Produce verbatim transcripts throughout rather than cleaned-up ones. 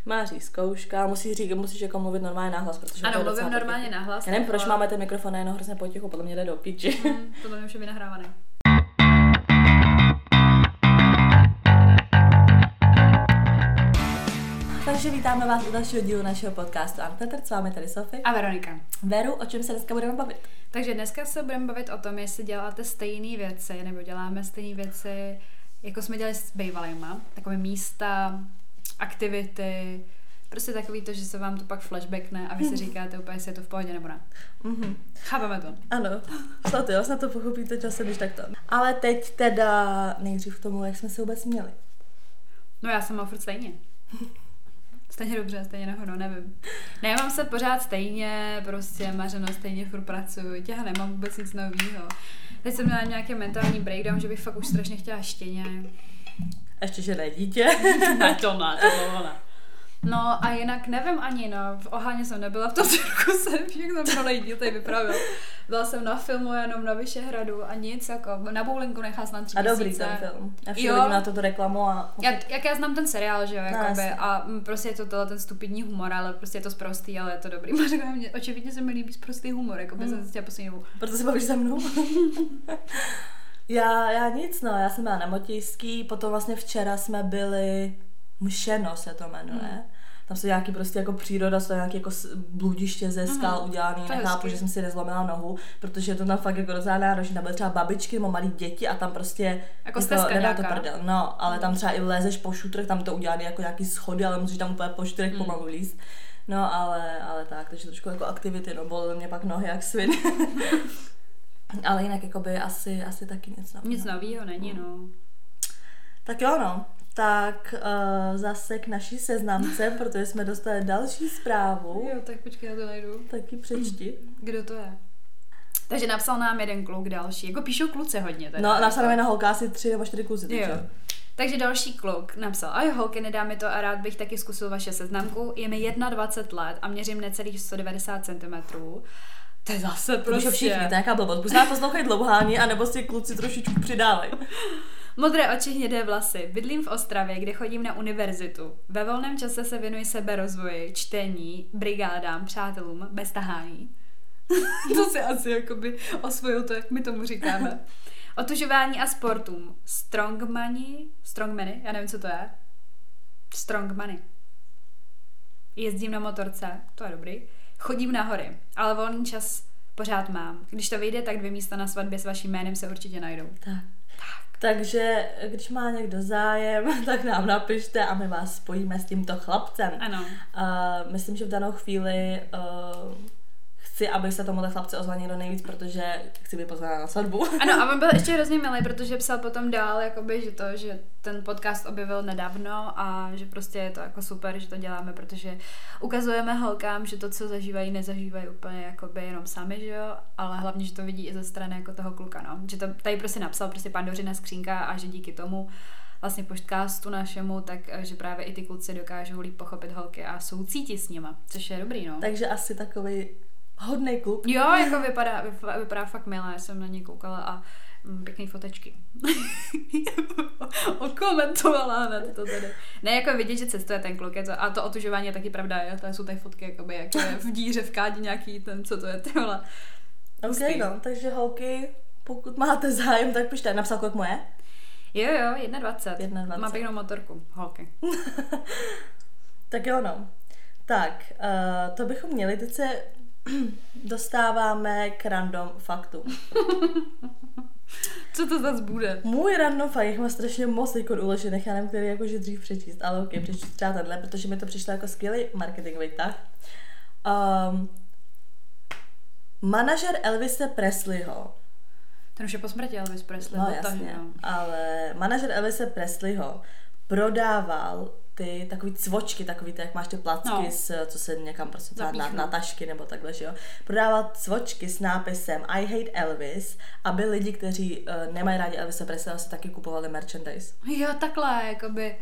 Máří zkouška, musíš říkat, musíš jako mluvit normálně nahlas, protože ano, to je mluvím docela normálně potichu. nahlas. Já nevím, proč máme ten mikrofon jenom hrozně potichu, podle mě jde do píči. Mm, podle mě už je vynahrávaný. Takže vítáme vás u dalšího dílu našeho podcastu Unfiltered, s vámi tady Sofie. A Veronika. Veru, o čem se dneska budeme bavit? Takže dneska se budeme bavit o tom, jestli děláte stejné věci, nebo děláme stejné věci, jako jsme dělali s bejvalejma. Takové místa, aktivity, prostě takový to, že se vám to pak flashbackne a vy si říkáte úplně, jestli je to v pohodě nebo ne. Mm-hmm. Chápeme to. Ano, snad jo, snad to pochopíte časem, když tak to. Ale teď teda nejdřív k tomu, jak jsme se vůbec měli. No já jsem mám furt stejně. Stejně dobře, stejně nahoru, nevím. Ne, já mám se pořád stejně, prostě mařeno, stejně furt pracuju, já nemám vůbec nic novýho. Teď jsem měla nějaký mentální breakdown, že bych fakt už strašně chtěla štěně. Ještě, že ne dítě. Ne, to ne, to bylo ne. No a jinak nevím ani, no, v Oháně jsem nebyla, v tom cirkuse, všechno minulý díl tady vypravil. Byla jsem na filmu jenom na Vyšehradu a nic, jako na bowlingu nechá snad tři a měsíce. dobrý ten film. Já všude vidím na toto reklamu a... Já, jak já znám ten seriál, že jo, jakoby, no, a prostě je to tohle ten stupidní humor, ale prostě je to sprostý, ale je to dobrý. Mě, očividně se mi líbí sprostý humor, jako by mm. jsem se chtěla poslední dobu. Proto se bavíš se mnou? já, já nic, no, já jsem byla na Motějský, potom vlastně včera jsme byli, Mšeno se to jmenuje. Mm. Tam jsou nějaký prostě jako příroda, jsou nějaké jako bludiště ze skal mm. udělaný, nechápu, že jsem si nezlomila nohu, protože je to tam fakt jako docela náročné. Tam byly třeba babičky nebo malí děti a tam prostě jako to, nedá to prdel. No, ale tam třeba i lezeš po šutrech, tam to udělaný jako nějaký schody, ale musíš tam úplně po šutrech mm. pomalu líst. No, ale, ale tak, takže trošku jako aktivity, no, bolely mě pak nohy jak svin. Ale jinak jakoby asi, asi taky nic nového. Nic nového není, no. Tak jo, no. Tak uh, zase k naší seznamce, protože jsme dostali další zprávu. Jo, tak počkej, já to najdu. Taky přečti. Kdo to je? Takže napsal nám jeden kluk další. Jako píšou kluci hodně. Teda. No, napsal nám na holka asi tři nebo čtyři kluci. Takže. takže další kluk napsal: ahoj holky, nedá mi to a rád bych taky zkusil vaše seznamku. Je mi dvacet jedna let a měřím necelých sto devadesát centimetrů. To je zase prostě. To všichni, to je nějaká blbost. Buď nám poslouchají dlouhání, anebo si kluci trošičku přidávají. Modré oči, hnědé vlasy. Bydlím v Ostravě, kde chodím na univerzitu. Ve volném čase se věnuji seberozvoji, čtení, brigádám, přátelům, bez tahání. To si asi jakoby osvojil to, jak my tomu říkáme. Otužování a sportům. Strongmani, strongmany, já nevím, co to je. Strongmany. Jezdím na motorce, to je dobrý. Chodím na hory, ale volný čas pořád mám. Když to vyjde, tak dvě místa na svatbě s vaším jménem se určitě najdou. Tak. Takže když má někdo zájem, tak nám napište a my vás spojíme s tímto chlapcem. Ano. Uh, myslím, že v danou chvíli uh, chci, aby se tomuhle chlapci ozval někdo nejvíc, protože chci být pozvaná na svatbu. Ano, a on byl ještě hrozně milý, protože psal potom dál, jakoby, že to, že ten podcast objevil nedávno a že prostě je to jako super, že to děláme, protože ukazujeme holkám, že to, co zažívají, nezažívají úplně jakoby jenom sami, že jo, ale hlavně, že to vidí i ze strany jako toho kluka, no. Že to tady prostě napsal prostě Pandořina skřínka a že díky tomu vlastně podcastu našemu, tak že právě i ty kluci dokážou líp pochopit holky a soucítit s nima, což je dobrý, no. Takže asi takový hodnej kluk. Jo, jako vypadá, vypadá, vypadá fakt milé, já jsem na něj koukala a mm, pěkný fotečky. Okomentovala hned to tady. Ne, jako vidět, že cestuje ten kluk, je to, a to otužování je taky pravda, jo, to jsou tady fotky, jakoby, jak je v díře v kádi nějaký ten, co to je, tyhle. Ok, no, takže holky, pokud máte zájem, tak pište. Napsal kolik moje? Jo, jo, dvacet jedna. dvacet. Má pěknou motorku, holky. Tak jo, no. Tak, uh, to bychom měli, teď se dostáváme k random faktu. Co to zase bude? Můj random fakt, jak mám strašně moc teď uložených, já nevím, který jakože dřív přečíst, ale ok, přečíst třeba tenhle, protože mi to přišlo jako skvělý marketingový tah. Um, manažer Elvise Presleyho. Ten už je po smrti Elvis Presley. No jasně, no. Ale manažer Elvise Presleyho prodával ty takový cvočky, takový ty, jak máš ty placky, no. s, co se někam prostě na, na tašky nebo takhle, že jo. Prodával cvočky s nápisem I hate Elvis, aby lidi, kteří uh, nemají rádi Elvise Presleyho, si taky kupovali merchandise. Jo, takhle, jakoby.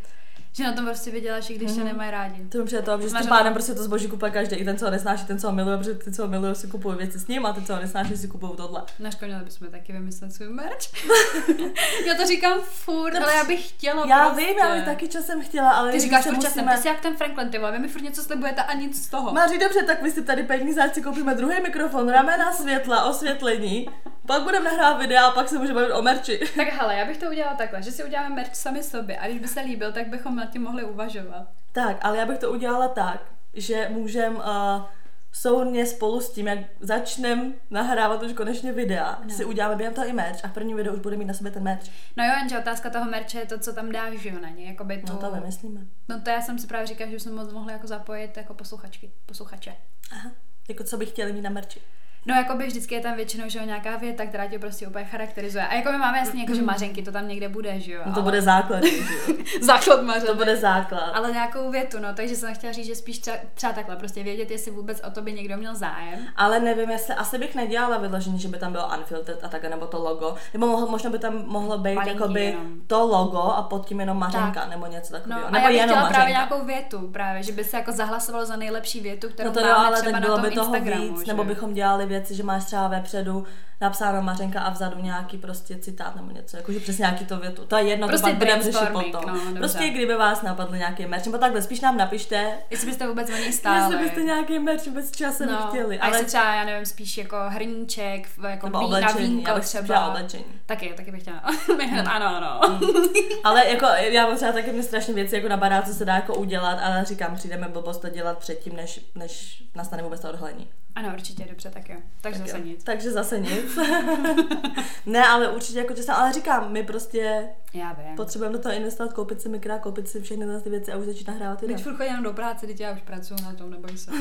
Že na tom prostě vyděláš, i když mm-hmm. tě nemají rádi. To mi přijde to, že s tím pádem prostě to zboží kupuje každý, i ten, co ho nesnáší, ten, co ho miluje, protože ty, co ho miluje, si kupují věci s ním a ty, co ho nesnáší, si kupují tohle. Naško, měli bychom taky vymyslet svůj merch. Já to říkám furt, ale já bych chtěla. Já prostě. vím, já bych taky časem chtěla, ale ty říkáš furt musíme... časem, ty jsi jak ten Franklin, ty vole, vy mi furt něco slibujete a nic z toho. Máří, dobře, tak vy si tady penízáci koupíme druhý mikrofon, ramena, světla, osvětlení, pak budeme nahrávat videa a pak se můžeme bavit o merči. Tak hele, já bych to udělala takhle, že si uděláme merch sami sobě a když by se líbil, tak bychom nad tím mohli uvažovat. Tak, ale já bych to udělala tak, že můžeme uh, souhrnně spolu s tím, jak začneme nahrávat už konečně videa, no. si uděláme během toho i merch a v prvním videu už bude mít na sobě ten merch. No jo, jenže otázka toho merče je to, co tam dáš, že jo, na něj, jakoby tu... No to vymyslíme. No to já jsem si právě říkala, že bychom moc mohli jako zapojit jako posluchačky, posluchače. Aha, jako co by chtěli mít na merči. No jakoby vždycky je tam většinou, že jo, nějaká věta, která tě prostě úplně charakterizuje. A jako my máme jasně jako, že mařenky, to tam někde bude, že jo. No to ale... bude základ, že jo. Základ mařenek. To bude základ. Ale nějakou větu, no, takže jsem chtěla říct, že spíš třeba, třeba takhle, prostě vědět, jestli vůbec o to by někdo měl zájem. Ale nevím, jestli asi bych nedělala vyložení, že by tam bylo Unfiltered a tak, nebo to logo. Nebo mohlo, možná by tam mohlo být jakoby to logo a pod tím jenom mařenka, tak. Nebo něco takového. No, nebo a já bych chtěla mařenka. Právě nějakou větu, právě, že by se jako zahlasovalo za nejlepší větu, kterou no to máme jo, ale třeba tak na bylo tom by toho Instagramu. Víc, nebo bychom dělali věci, že máš třeba vepředu napsáno mařenka a vzadu nějaký prostě citát nebo něco, jakože přesně nějaký to větu. To je jedno, prostě to pak budeme řešit potom. No, prostě kdyby vás napadl nějaký merch, nebo takhle, spíš nám napište. Jestli byste vůbec o něj stáli. Jestli byste nějaký merch vůbec časem no, chtěli. Ale... A jestli třeba, já nevím, spíš jako hrníček, jako nebo ví, oblečení, na vínko třeba. Oblečení. Taky, taky bych chtěla. Hmm. Ano, ano. Hmm. Ale jako já mám třeba taky mě strašně věci jako napadá, co se dá jako udělat, ale říkám, přijdeme blbost to dělat předtím, než, než nastane vůbec to odhalení. Ano, určitě, dobře, tak jo. Takže tak zase jo. nic. Takže zase nic. Ne, ale určitě jako časem, ale říkám, my prostě já vím. Potřebujeme do toho investovat, koupit si mikra, koupit si všechny ty věci a už začít nahrávat videa. Teď furt chodím do práce, teď já už pracuji na tom, neboj se.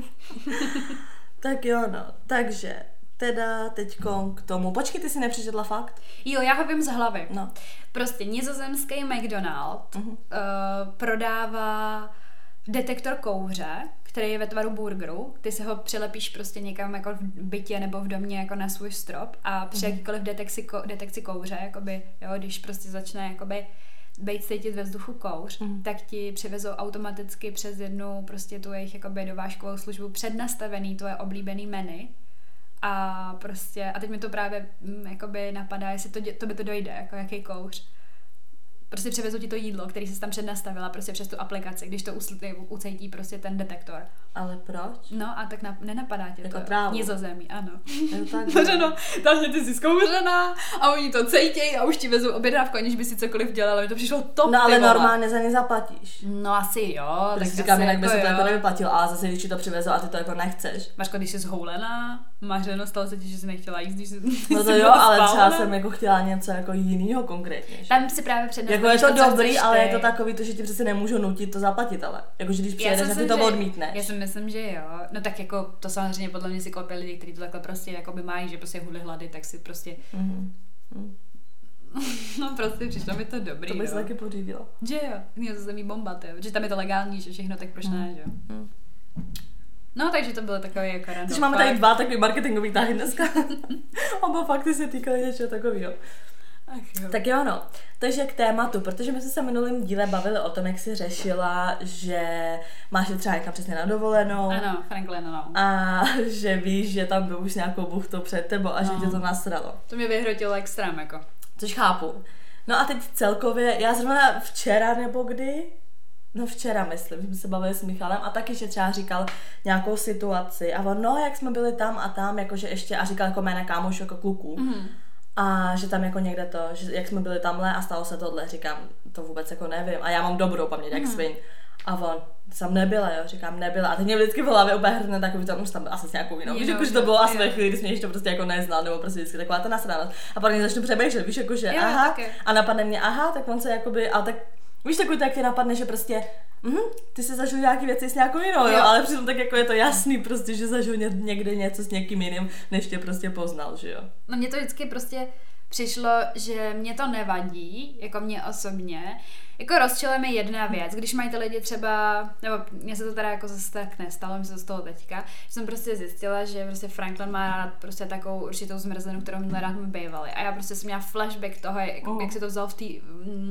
Tak jo, no, takže teda teďko k tomu. Počkej, ty si nepřečetla fakt? Jo, já ho vím z hlavy. No. Prostě nizozemský McDonald uh-huh. uh, prodává detektor kouře, který je ve tvaru burgeru. Ty si ho přilepíš prostě někam jako v bytě nebo v domě jako na svůj strop a při mm. jakýkoliv detekci, detekci kouře, jakoby, jo, když prostě začne jakoby být cítit ve vzduchu kouř, mm. tak ti přivezou automaticky přes jednu prostě tu jejich jakoby dovážkovou službu přednastavený tvoje oblíbený menu a prostě, a teď mi to právě m, jakoby napadá, jestli to, to by to dojde, jako jaký kouř. Prostě přivezou ti to jídlo, který jsi tam přednastavila prostě přes tu aplikaci, když to ucítí prostě ten detektor. Ale proč? No a tak na, nenapadá tě jako to. Trávu. Nizozemí, ano. Takže no, takže ty jsi zkouřená a oni to cejtějí a už ti vezou objednávku, aniž by si cokoliv dělala, mi to přišlo top. No ale normálně za ně zaplatíš. No asi jo. Tak si říkám, jinak by se to jako nevyplatil, ale zase když ti to přivezou a ty to jako nechceš. Mařko, když jsi zhoulená, Mařeno, stalo se ti, že jsi nechtěla jíst, když jsi no to jo, ale třeba jsem jako chtěla něco jako jinýho konkrétně. Tam si právě přednastavíš. Jako je to, to dobrý, ale je to takový to, že ti přece nemůžu nutit to zaplatit, ale jakože když přijedeš, tak ty to odmítneš. Já si myslím, že jo. No tak jako to samozřejmě podle mě si koupí lidi, kteří to takhle prostě jakoby mají, že prostě hudli hlady, tak si prostě mm-hmm. No prostě přišlo mi to dobrý. To bys no. taky pořídila. Že jo, mě to zemí bomba, jo. Že tam je to legální, že všechno, tak proč mm. ne, že jo. Mm. No, takže to bylo takový jako random. Takže máme tady dva takový marketingový tahy dneska. Oba fakty se týkaly něčeho takového. Jo. Tak jo, no. Takže k tématu, protože my jsme se minulým díle bavili o tom, jak jsi řešila, že máš je třeba někam přesně na dovolenou. Ano, Franklin, ano. A že víš, že tam byl už nějakou buchtou před tebou a no. že tě to nasralo. To mě vyhrotilo extrém, jako. Což chápu. No a teď celkově, já zrovna včera nebo kdy, no včera myslím, že jsme se bavili s Michalem a taky, že třeba říkal nějakou situaci a on, no jak jsme byli tam a tam, jakože ještě, a říkal jako jména kámošů, jako kluků. Mm. A že tam jako někde to, že jak jsme byli tamhle a stalo se tohle, říkám, to vůbec jako nevím. A já mám dobrou paměť, jak mm. svin. A on, jsem nebyla, jo, říkám, nebyla. A teď mě vždycky v hlavě úplně hrne takový, tam už tam byl asi s nějakou jinou. Víš, jako, že to bylo asi ve chvíli, kdy jsi mě ještě prostě jako neznal, nebo prostě vždycky taková ta nasranost. A pak mě začnu přemýšlet, víš, jako, že jo, aha, taky. A napadne mě, aha, tak on se jakoby, ale tak, víš, takový tak ti napadne, že prostě, mhm, ty jsi zažil nějaký věci s nějakou jinou, jo, jo, ale přitom tak jako je to jasný prostě, že zažil někde něco s někým jiným, než tě prostě poznal, že jo. No mě to vždycky prostě přišlo, že mě to nevadí, jako mě osobně, Jako rozčiluje mi jedna věc, když mají ty lidi třeba, nebo mně se to teda jako zase tak nestalo, mi se to stalo teďka, že jsem prostě zjistila, že prostě Franklin má rád prostě takovou určitou zmrzlinu, kterou měla rád mu bývali. A já prostě jsem měla flashback toho, jak, oh. jak si to vzal v, tý,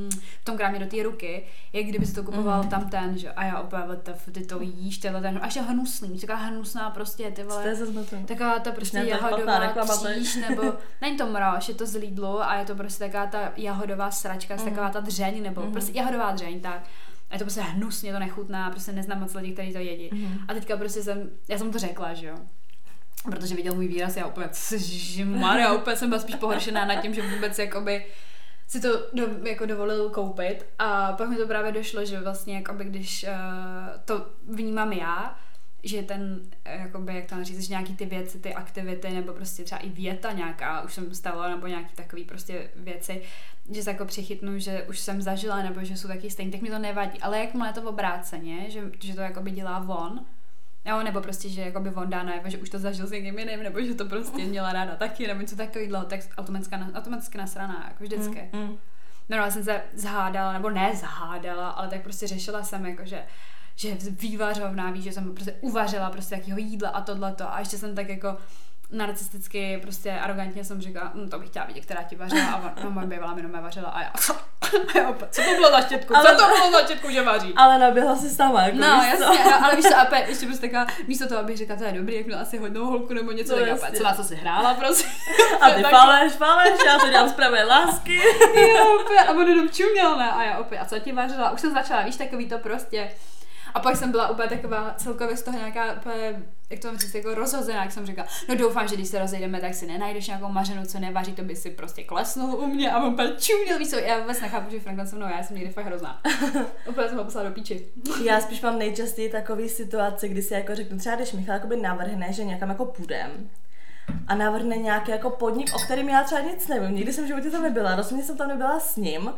v tom krámě do té ruky, jak kdyby si to kupoval mm. tam ten, že a já opět, ty to jíš, tyhle ten, až je hnusný, taková hnusná prostě, ty vole, taková ta prostě jahodová příš, nebo není to mrož, je to z Lidlu a je to prostě taková ta jahodová sračka, mm. taková ta dřeň, nebo mm. prostě jahodová dřeň, tak. A je to prostě hnusně, to nechutná, prostě neznám moc lidí, kteří to jedí. Mm. A teďka prostě jsem, já jsem to řekla, že jo. Protože viděl můj výraz, já úplně, Maria, úplně jsem byla spíš pohoršená nad tím, že vůbec jakoby si to do, jako dovolil koupit. A pak mi to právě došlo, že vlastně jakoby když uh, to vnímám já, že ten, jakoby, jak to mám říct, že nějaký ty věci, ty aktivity, nebo prostě třeba i věta nějaká, už jsem stavila, nebo nějaký takový prostě věci, že se jako přichytnu, že už jsem zažila, nebo že jsou taky stejný, tak mi to nevadí. Ale jakmile je to obráceně, že, že to jakoby dělá on, jo, nebo prostě, že jakoby on dá najevo, že už to zažil s někým jiným, nebo že to prostě měla ráda taky, nebo něco takového, tak automaticky nasraná, jako vždycky. Mm, mm. No, no, já jsem se zhádala, nebo ne zhádala, ale tak prostě řešila jsem, jako, že že vývařovná, víš, že jsem prostě uvařila prostě jakýho jídla a tohleto a ještě jsem tak jako narcisticky, prostě arrogantně jsem říkala, no to bych chtěla vidět, která ti vařila a on, moje bývala mi doma vařila a já, a já opět, co to bylo za štětku, co to bylo za štětku, že vaří? Ale naběhla si sama, jako no, jasně, no, ale víš co, a pe, ještě prostě taková, místo toho, abych řekla, to je dobrý, jak měla asi hodnou holku nebo něco, no, tak co na co si hrála, prostě. A ty faleš, faleš, já to dělám z pravé lásky. Jo, opět, a on jenom čuměl, ne, a já opět, a co ti vařila, už jsem začala, víš, takový to prostě. A pak jsem byla úplně taková celkově z toho nějaká úplně, jak to mám říct, jako rozhozená, jak jsem říkala, no doufám, že když se rozejdeme, tak si nenajdeš nějakou mařenu, co nevaří, to by si prostě klesnul u mě a on úplně čuměl, víš co, já vůbec nechápu, že Franklin se mnou, já jsem někdy fakt hrozná. Úplně jsem ho poslala do píči. Já spíš mám nejčastěji takový situace, kdy si jako řeknu, třeba když Michal jakoby navrhne, že někam jako půjdem a navrhne nějaký jako podnik, o kterým já třeba nic nevím, nikdy jsem v životě tam nebyla, rozhodně jsem tam nebyla s ním.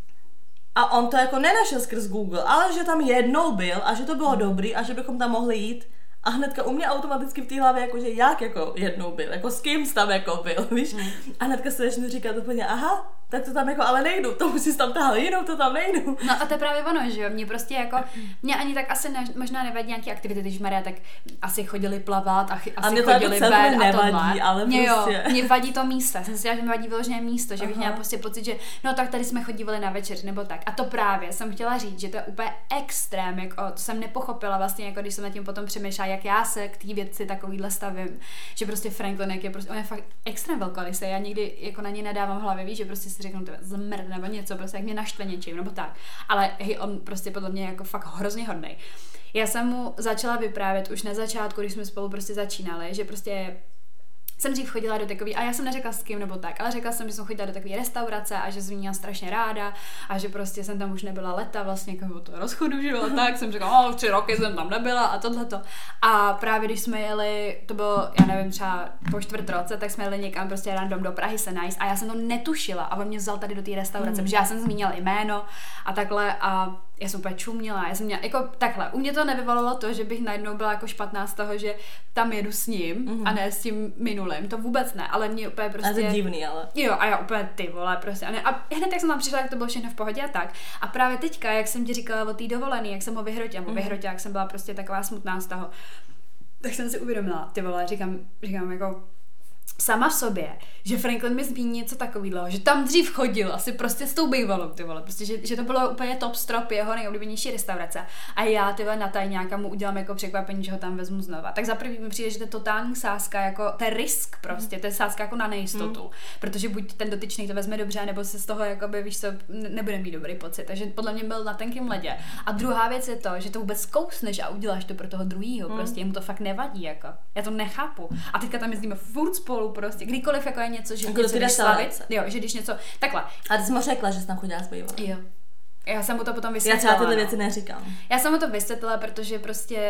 A on to jako nenašel skrz Google, ale že tam jednou byl a že to bylo dobrý a že bychom tam mohli jít. A hnedka u mě automaticky v té hlavě, jakože jak jako jednou byl, jako s kým jsi tam jako byl, víš? Mm. A hnedka se začnu říkat úplně, aha, tak to tam jako ale nejdu, to už jsi tam tahal jinou, to tam nejdu. No a to je právě ono, že jo, mě prostě jako, mě ani tak asi ne, možná nevadí nějaké aktivity, když Maria tak asi chodili plavat a, ch- a asi chodili ven a nevadí, ale mě prostě. Jo, mě vadí to místo, jsem si dělala, že mě vadí vyložené místo, že bych měla prostě pocit, že no tak tady jsme chodívali na večeři nebo tak. A to právě jsem chtěla říct, že to je úplně extrém, jako to jsem nepochopila vlastně, jako když jsem nad tím potom přemýšlela, jak já se k té věci takovýhle stavím, že prostě Franklin, jak je prostě, on je fakt extrém velkolisý, já nikdy jako na něj nedávám v hlavě, víš, že prostě si řeknu, to je zmrt nebo něco, prostě jak mě naštve něčím, nebo tak. Ale hej, on prostě podle mě jako fakt hrozně hodnej. Já jsem mu začala vyprávět už na začátku, když jsme spolu prostě začínali, že prostě jsem dřív chodila do takový, a já jsem neřekla s kým nebo tak, ale řekla jsem, že jsem chodila do takové restaurace a že jsem měla strašně ráda a že prostě jsem tam už nebyla leta, vlastně jako to rozchodu, že jo, tak jsem řekla, o, tři roky jsem tam nebyla a tohleto. A právě když jsme jeli, to bylo, já nevím, třeba po čtvrt roce, tak jsme jeli někam prostě random do Prahy se najíst a já jsem to netušila a on mě vzal tady do té restaurace, mm. protože já jsem zmínila jméno a takhle a já jsem úplně čuměla, já jsem měla, jako takhle, u mě to nevyvolalo to, že bych najednou byla jako špatná z toho, že tam jedu s ním mm-hmm. a ne s tím minulým, to vůbec ne, ale mě úplně prostě... A to je divný, ale... Jo, a já úplně ty vole, prostě, a, ne, a hned jak jsem tam přišla, jak to bylo všechno v pohodě a tak. A právě teďka, jak jsem ti říkala o té dovolený, jak jsem ho vyhrotila, mm-hmm. vyhrotila, jak jsem byla prostě taková smutná z toho, tak jsem si uvědomila, ty vole, říkám, říkám jako... sama v sobě, že Franklin mi zmíní něco takového, že tam dřív chodil asi prostě s tou bývalou, ty vole, prostě, že, že to bylo úplně top strop jeho nejoblíbenější restaurace a já ty vole na tajňáka mu udělám jako překvapení, že ho tam vezmu znova. Tak za prvý mi přijde, že to je totální sázka, jako to je risk prostě, to je sázka jako na nejistotu, mm. protože buď ten dotyčný to vezme dobře, nebo se z toho jakoby, víš co, nebude mít dobrý pocit, takže podle mě byl na tenkém ledě. A druhá věc je to, že to vůbec zkousneš a uděláš to pro toho druhýho, mm. prostě jemu to fakt nevadí, jako. Já to nechápu. A teďka tam jezdíme furt spolu prostě, kdykoliv jako je něco, že jako něco jdeš slavit, jo, že když něco, takhle. A ty jsi mu řekla, že jsi tam chodila s bývalou. Jo. Já jsem mu to potom vysvětlila. Já třeba tyhle věci neříkám. Já jsem mu to vysvětlila, protože prostě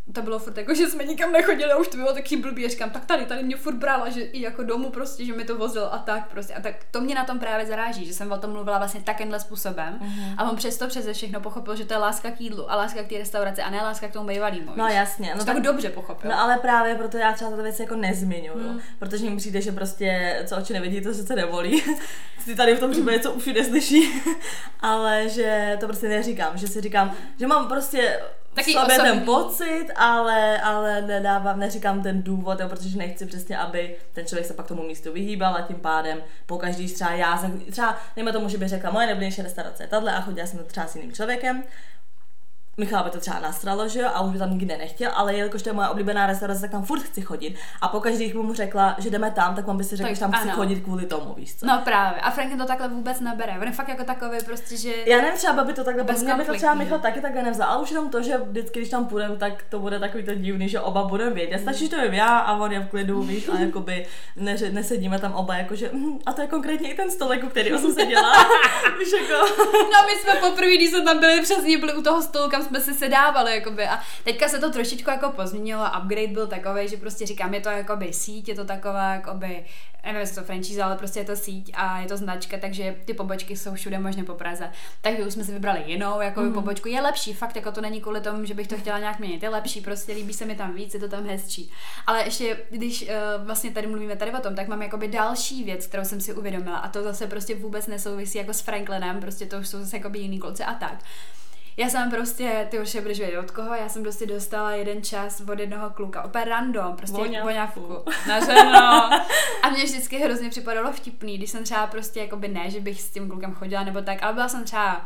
to bylo furt jako, že jsme nikam nechodili a už to bylo taky blbý, říkám, tak tady, tady mě furt brala, že i jako domů prostě, že mi to vozil a tak prostě. A tak to mě na tom právě zaráží, že jsem o tom mluvila vlastně takovýmhle způsobem mm-hmm. a on přesto přeze všechno pochopil, že to je láska k jídlu a láska k té restauraci a ne láska k tomu bývalýmu. No jasně. No tak dobře pochopil. No ale právě proto já třeba tato věc jako nezmiňuju, mm. protože mi přijde, že prostě co oči nevidí, to se nevolí. Si tady v tom případě co uši neslyší, ale že to prostě neříkám, že si říkám, že mám prostě taky slabě osobní ten pocit, ale, ale nedávám, neříkám ten důvod, jo, protože nechci přesně, aby ten člověk se pak tomu místu vyhýbal a tím pádem pokaždý třeba já, jsem, třeba nejme tomu, že bych řekla, moje nejoblíbenější restaurace je tahle a chodila jsem třeba s jiným člověkem, Michal by to třeba nastralo, že jo, a už by tam nikdy nechtěl, ale jelikož to je moje oblíbená restaurace, tak tam furt chci chodit. A pokaždý, když mu řekla, že jdeme tam, tak on by si řekl, že tam chci ano. chodit kvůli tomu, víš co? No právě. A Franklin to takhle vůbec nebere. On je fakt jako takový prostě, že já nevím, třeba by to takhle, bez mě by to třeba Michal taky takhle nevzal, ale už jenom to, že vždycky, když tam půjdeme, tak to bude takový to divný, že oba budeme vědět. Stačí, že to vím já a on je v klidu, víš, a jakoby ne, nesedíme tam oba, jakože hm, a to je konkrétně i ten stolek, u kterého jsem seděla. Víš jako. No my jsme poprvé, když jsme tam byli, přesně byli u toho stolu, kam jsme si sedávali. Jakoby. A teďka se to trošičku jako pozměnilo, upgrade byl takový, že prostě říkám, je to jakoby síť, je to taková jakoby, nevím, jestli to franchise, ale prostě je to síť a je to značka, takže ty pobočky jsou všude možně po Praze. Takže už jsme si vybrali jinou jakoby mm. pobočku, je lepší, fakt jako to není kvůli tomu, že bych to chtěla nějak měnit, je lepší, prostě líbí se mi tam víc, je to tam hezčí. Ale ještě, když uh, vlastně tady mluvíme tady o tom, tak mám jakoby další věc, kterou jsem si uvědomila a to zase prostě vůbec nesouvisí jako s Franklinem, prostě to už jsou zase jakoby jiný kluci a tak. Já jsem prostě, ty už budeš vědět od koho, já jsem prostě dostala jeden čas od jednoho kluka, opět random, prostě voňavku. Nařeno. A mě vždycky hrozně připadalo vtipný, když jsem třeba prostě jakoby ne, že bych s tím klukem chodila nebo tak, ale byla jsem třeba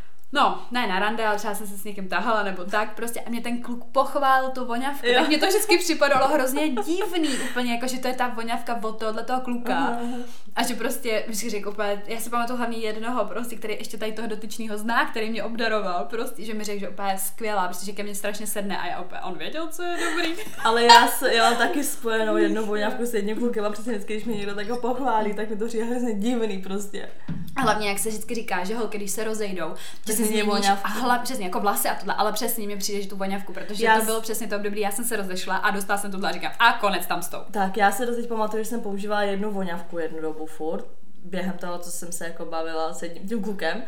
no, ne na rande, ale třeba jsem se s někým tahala nebo tak prostě a mě ten kluk pochválil tu voňavku, jo. Tak mě to vždycky připadalo hrozně divný, úplně jako, že to je ta voňavka od tohohle toho kluka uh-huh. a že prostě, vždycky řekl úplně, já si pamatuju hlavně jednoho prostě, který ještě tady toho dotyčného zná, který mě obdaroval prostě, že mi řekl, že úplně je skvělá, prostě, že ke mně strašně sedne a já úplně, on věděl, co je dobrý. Ale já, já mám taky spojenou jednu voňavku s jedním klukem a přesně vždycky, když mě někdo tak pochválí, tak mi to přijde hrozně divný prostě. A hlavně, jak se vždycky říká, že holky, když se rozejdou, změníš a hlavně přesně jako vlasy a tohle, ale přesně mi přijde, že tu voňavku, protože já to bylo přesně to období, já jsem se rozešla a dostala jsem tohle a říkám a konec tam s tou. Tak já se doteď pamatuju, že jsem používala jednu voňavku jednu dobu furt, během toho, co jsem se jako bavila s jedním tím klukem.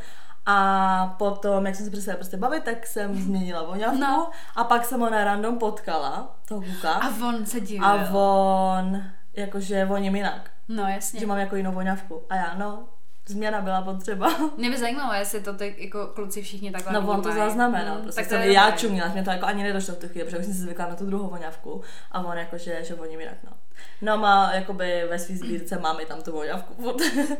A potom, jak jsem se přestala prostě bavit, tak jsem změnila voňavku no. a pak jsem ho na random potkala, toho kluka. A on se divil. A on, jakože voním jinak. No jasně. Že mám jako jinou voňavku. A já, no, změna byla potřeba. Mě by zajímalo, jestli to ty jako kluci všichni takhle no on to zaznamenal, mm, prostě tak to jsem i já čuměla, mě to jako ani nedošlo v tu chvíli, protože už jsem si zvykla na tu druhou voňavku a on jakože, že voním jinak, no. No má jakoby ve svý sbírce máme tam tu voňavku.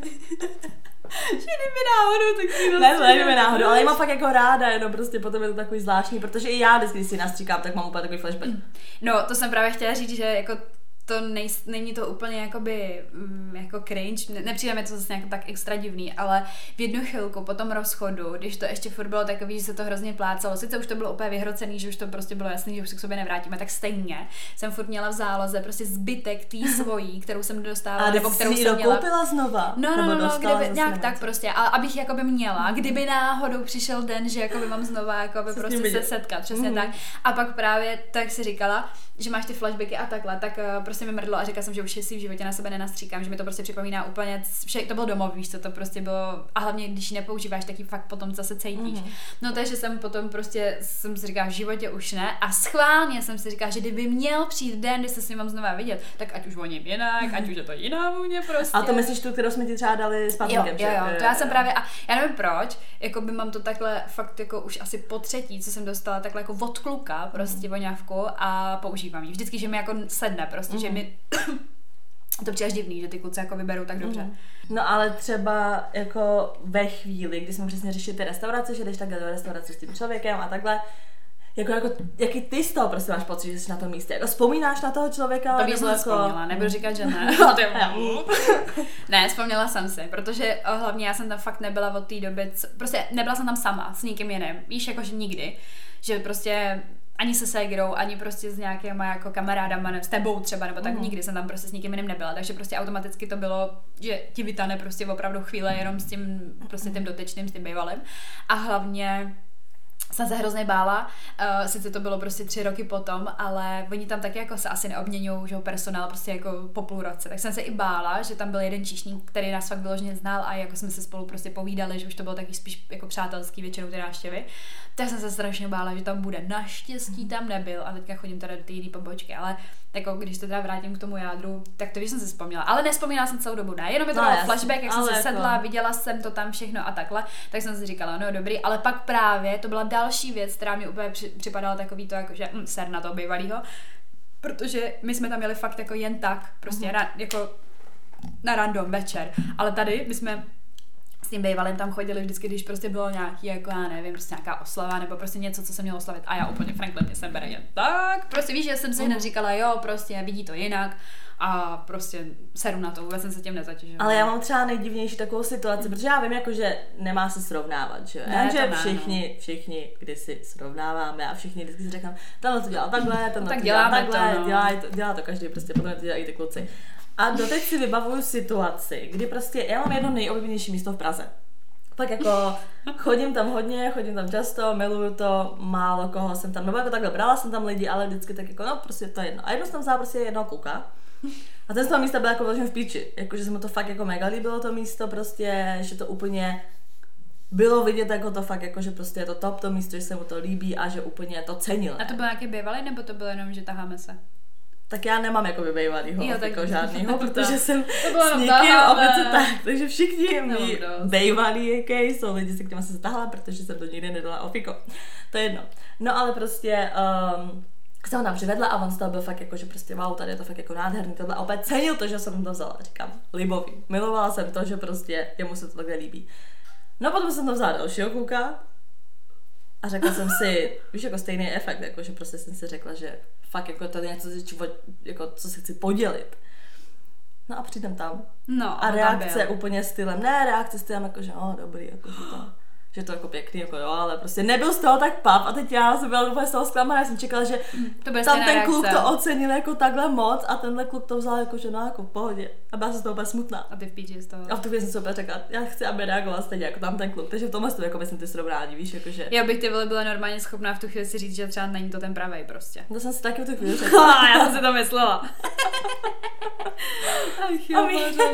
Že kdyby náhodou, tak si ne, ne, kdyby náhodou, ale já mám fakt jako ráda, jenom prostě potom je to takový zvláštní, protože i já, když si nastříkám, tak mám úplně takový flashback. No, to jsem právě chtěla říct, že jako to nej, není to úplně jakoby mm, jako cringe, ne, nepřijde mi to zase nějak tak extra divný, ale v jednu chvilku po tom rozchodu, když to ještě furt bylo takový, že se to hrozně plácalo, sice už to bylo úplně vyhrocený, že už to prostě bylo jasný, že už se k sobě nevrátíme, tak stejně jsem furt měla v záloze prostě zbytek tý svojí, kterou jsem dostávala, nebo kterou jsem měla. Koupila znova? No, no, no, no kdyby, nějak tak prostě, ale abych jakoby měla, kdyby náhodou přišel den, že jakoby mám znova jakoby se prostě se setkat, přesně mm. tak. A pak právě tak si říkala, že máš ty flashbacky a takhle, tak uh, prostě mi mrdlo a říkala jsem, že už si v životě na sebe nenastříkám, že mi to prostě připomíná úplně, vše, to bylo domov, víš co, to prostě bylo, a hlavně když ji nepoužíváš, tak ji fakt potom zase cítíš. Mm-hmm. No takže jsem potom prostě, jsem si říkala, v životě už ne a schválně jsem si říkala, že kdyby měl přijít den, kdy se s ním mám znova vidět, tak ať už voním jinak, mm-hmm. ať už je to jiná vůně prostě. A to myslíš tu, kterou jsme ti třeba dali s Patrikem, jo, jo, jo, to já jsem právě, a já nevím proč, jako by mám to takhle fakt jako už asi po třetí, co jsem dostala takhle jako od kluka prostě mm-hmm. voňavku a používám ji. Vždycky, že mi jako sedne prostě, mm-hmm. že mi to přijde až divný, že ty kluci jako vyberou tak dobře. Mm. No ale třeba jako ve chvíli, kdy jsme přesně řešili ty restaurace, že jdeš takhle do restaurace s tím člověkem a takhle, jako, jako jaký ty z toho prostě máš pocit, že jsi na tom místě? Jako vzpomínáš na toho člověka? To bych jsem jako... vzpomněla, nebudu říkat, že ne. Ne, vzpomněla jsem si, protože hlavně já jsem tam fakt nebyla od té doby, co... prostě nebyla jsem tam sama s nikým jiným, víš, jakože nikdy, že prostě ani se ségrou, ani prostě s nějakýma jako kamarádama, ne, s tebou třeba, nebo tak mm. nikdy jsem tam prostě s nikým jiným nebyla, takže prostě automaticky to bylo, že ti vytane prostě opravdu chvíle jenom s tím prostě tím dotyčným, s tím bývalým a hlavně jsem se hrozně bála, uh, sice to bylo prostě tři roky potom, ale oni tam taky jako se asi neobměňují, že personál prostě jako po půl roce, tak jsem se i bála, že tam byl jeden číšník, který nás fakt vyloženě znal a jako jsme se spolu prostě povídali, že už to bylo taky spíš jako přátelský většinou ty návštěvy, tak jsem se strašně bála, že tam bude. Naštěstí tam nebyl a teďka chodím teda do té jiné pobočky, ale jako když to teda vrátím k tomu jádru, tak to, když jsem se vzpomněla, ale nespomínala jsem celou dobu, ne, jenom je to no, flashback, jak jsem se sedla, jako... viděla jsem to tam všechno a takhle, tak jsem si říkala, no dobrý, ale pak právě to byla další věc, která mi úplně při, připadala takový to, jako, že hm, ser na toho bývalýho, protože my jsme tam jeli fakt jako jen tak, prostě mm-hmm. ra, jako na random večer, ale tady my jsme s tím bývalým tam chodili vždycky, když prostě bylo nějaký, jako já nevím, prostě nějaká oslava nebo prostě něco, co se mělo oslavit a já úplně Franklin mě sem bere jen tak, prostě víš, že jsem si hned říkala, jo, prostě vidí to jinak a prostě seru na to, vůbec jsem se tím nezatěžovala. Ale já mám třeba nejdivnější takovou situaci, protože já vím, jako, že nemá se srovnávat, že ne, že všichni, no. všichni kdysi srovnáváme a všichni vždycky si řekám, tenhle to dělá takhle, tenhle no, tak to dělá takhle, to, no. dělá, to, dělá to každý, prostě potom to dělají ty kluci. A doteď si vybavuju situaci, kdy prostě, já mám jedno nejoblíbenější místo v Praze. Tak jako chodím tam hodně, chodím tam často, miluju to, málo koho jsem tam, nebo jako takhle brala jsem tam lidi, ale vždycky tak jako, no prostě to je jedno. A jedno jsem tam vzala prostě jednoho kluka. A ten z toho místa byl jako vlastně v píči, jakože se mu to fakt jako mega líbilo to místo prostě, že to úplně bylo vidět jako to fakt jako, že prostě je to top to místo, že se mu to líbí a že úplně to cenil. A to byl nějaký bývalý, nebo to bylo jenom, že taháme se? Tak já nemám jako bývalýho, jo, tak jako žádnýho, to, protože jsem s někým obecně tak, takže všichni no, mý bývalý jaký jsou lidi, se kterými jsem se tahala, protože jsem to nikdy nedala ofiko. To je jedno. No ale prostě um, jsem ho tam přivedla a on z toho byl fakt jako, že prostě wow, tady je to fakt jako nádherný, tohle a opět cenil to, že jsem to vzala, říkám, libový. Milovala jsem to, že prostě jemu se to takhle líbí. No potom jsem to vzala dalšího kluka a řekla jsem si, víš, jako stejný efekt, jako že prostě jsem si řekla, že fakt jako to je něco, jako, co se chci podělit. No a přijdem tam. No, a reakce úplně stylem, ne reakce stylem jako, že oh, dobrý, jako že to, že to jako pěkný, jako jo, ale prostě nebyl z toho tak pav a teď já jsem byla úplně z toho zklamaná, já jsem čekala, že to tam ten kluk reakce. To ocenil jako takhle moc a tenhle kluk to vzal jako, že no jako v pohodě a byla jsem z toho úplně smutná. A ty v píči z toho. A v tu chvíli jsem si opět řekla, já chci, aby reagoval stejně jako tam ten kluk, takže v tomhle to jako myslím ty srovnání, víš, jakože. Já bych ty vole byla normálně schopná v tu chvíli si říct, že třeba není to ten pravej prostě. To jsem si taky v tu chvíli řekla. Já jsem si to myslela. Ach jo,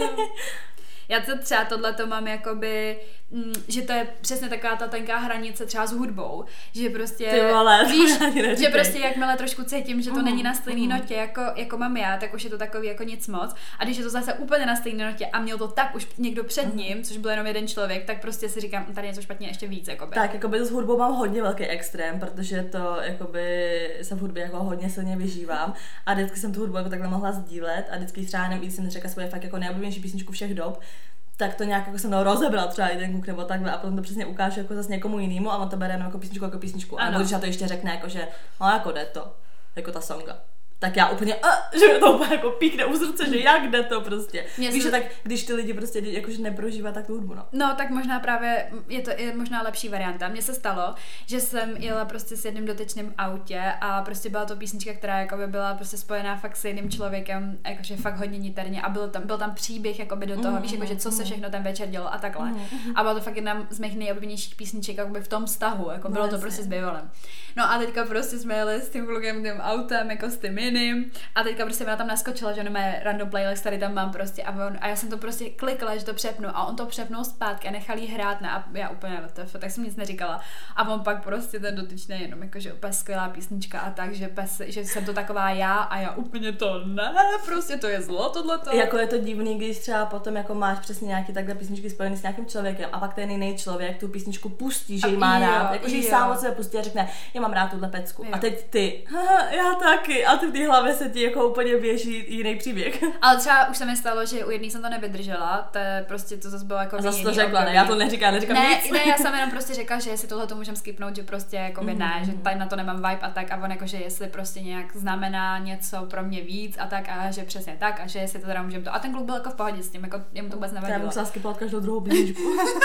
já to třeba tohleto mám jakoby, mm, že to je přesně taková ta tenká hranice třeba s hudbou, že prostě, ty vole, víš, že prostě jakmile trošku cítím, že to mm, není na stejný mm. notě, jako, jako mám já, tak už je to takový jako nic moc a když je to zase úplně na stejné notě a měl to tak už někdo před ním, mm. což byl jenom jeden člověk, tak prostě si říkám, tady něco špatně ještě víc, jakoby. Tak, jakoby s hudbou mám hodně velký extrém, protože to, jakoby, se v hudbě jako hodně silně vyžívám a vždycky jsem tu hudbu jako takhle mohla sdílet a vždycky třeba nevím, když jsem řekla svoje fakt jako nejoblíbenější písničku všech dob, tak to nějak jako jsem mnou rozebral třeba i ten kluk nebo takhle a potom to přesně ukážu jako zase někomu jinému a on to bere jako písničku jako písničku. A když já to ještě řekne jako, že no jako jde to, jako ta songa. Tak já úplně, uh, že to úplně jako píkne u srdce, že jak jde to prostě. Mě víš, se... tak když ty lidi prostě jakože neprožívá tak tu hudbu, no. No, tak možná právě je to je možná lepší varianta. Mně se stalo, že jsem jela prostě s jedním dotyčným autě a prostě byla to písnička, která jakoby byla prostě spojená fakt s jiným člověkem, jakože fakt hodně niterně a byl tam, byl tam příběh jakoby do toho, mm, víš, jakože co se všechno ten večer dělo a takhle. Mm. A byla to fakt jedna z mých nejoblíbenějších písniček jakoby v tom vztahu, jako bylo no, to prostě s bývalem. No a teďka prostě jsme jeli s tím klukem tím autem, jako s tím jiným a teďka prostě ona tam naskočila, že mé random playlist tady tam mám prostě a, on, a já jsem to prostě klikla, že to přepnu a on to přepnul zpátky a nechal jí hrát ne, a já úplně, tak jsem nic neříkala a on pak prostě ten dotyčný jenom jakože úplně skvělá písnička a tak, že, pes, že jsem to taková já a já úplně to ne, prostě to je zlo tohleto. Jako je to divný, když třeba potom jako máš přesně nějaký takhle písničky spojený s nějakým člověkem a pak ten jiný člověk tu písničku pustí, že ji má rád, jakože ji sám od sebe pustí a řekne, já mám rád tuhle pecku. Jo. A teď ty, já taky a ty v té hlavě se ti jako úplně běží jiný příběh. Ale třeba už se mi stalo, že u jedný jsem to nevydržela, to je prostě to zase bylo jako a zase to řekla, ne, já to neříkám, neříkám ne, nic. Ne, já jsem jenom prostě řekla, že jestli tohle to můžem skipnout, že prostě jako by mm. ne, že tady na to nemám vibe a tak a on jako, že jestli prostě nějak znamená něco pro mě víc a tak a že přesně tak a že jestli to teda můžem to. A ten kluk byl jako v pohodě s tím, jako jemu to vůbec nevadilo. Já musela skipovat každou druhou písničku.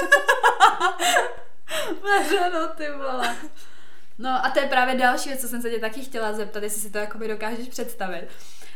no ty vole. No a to je právě další věc, co jsem se tě taky chtěla zeptat, jestli si to jakoby dokážeš představit.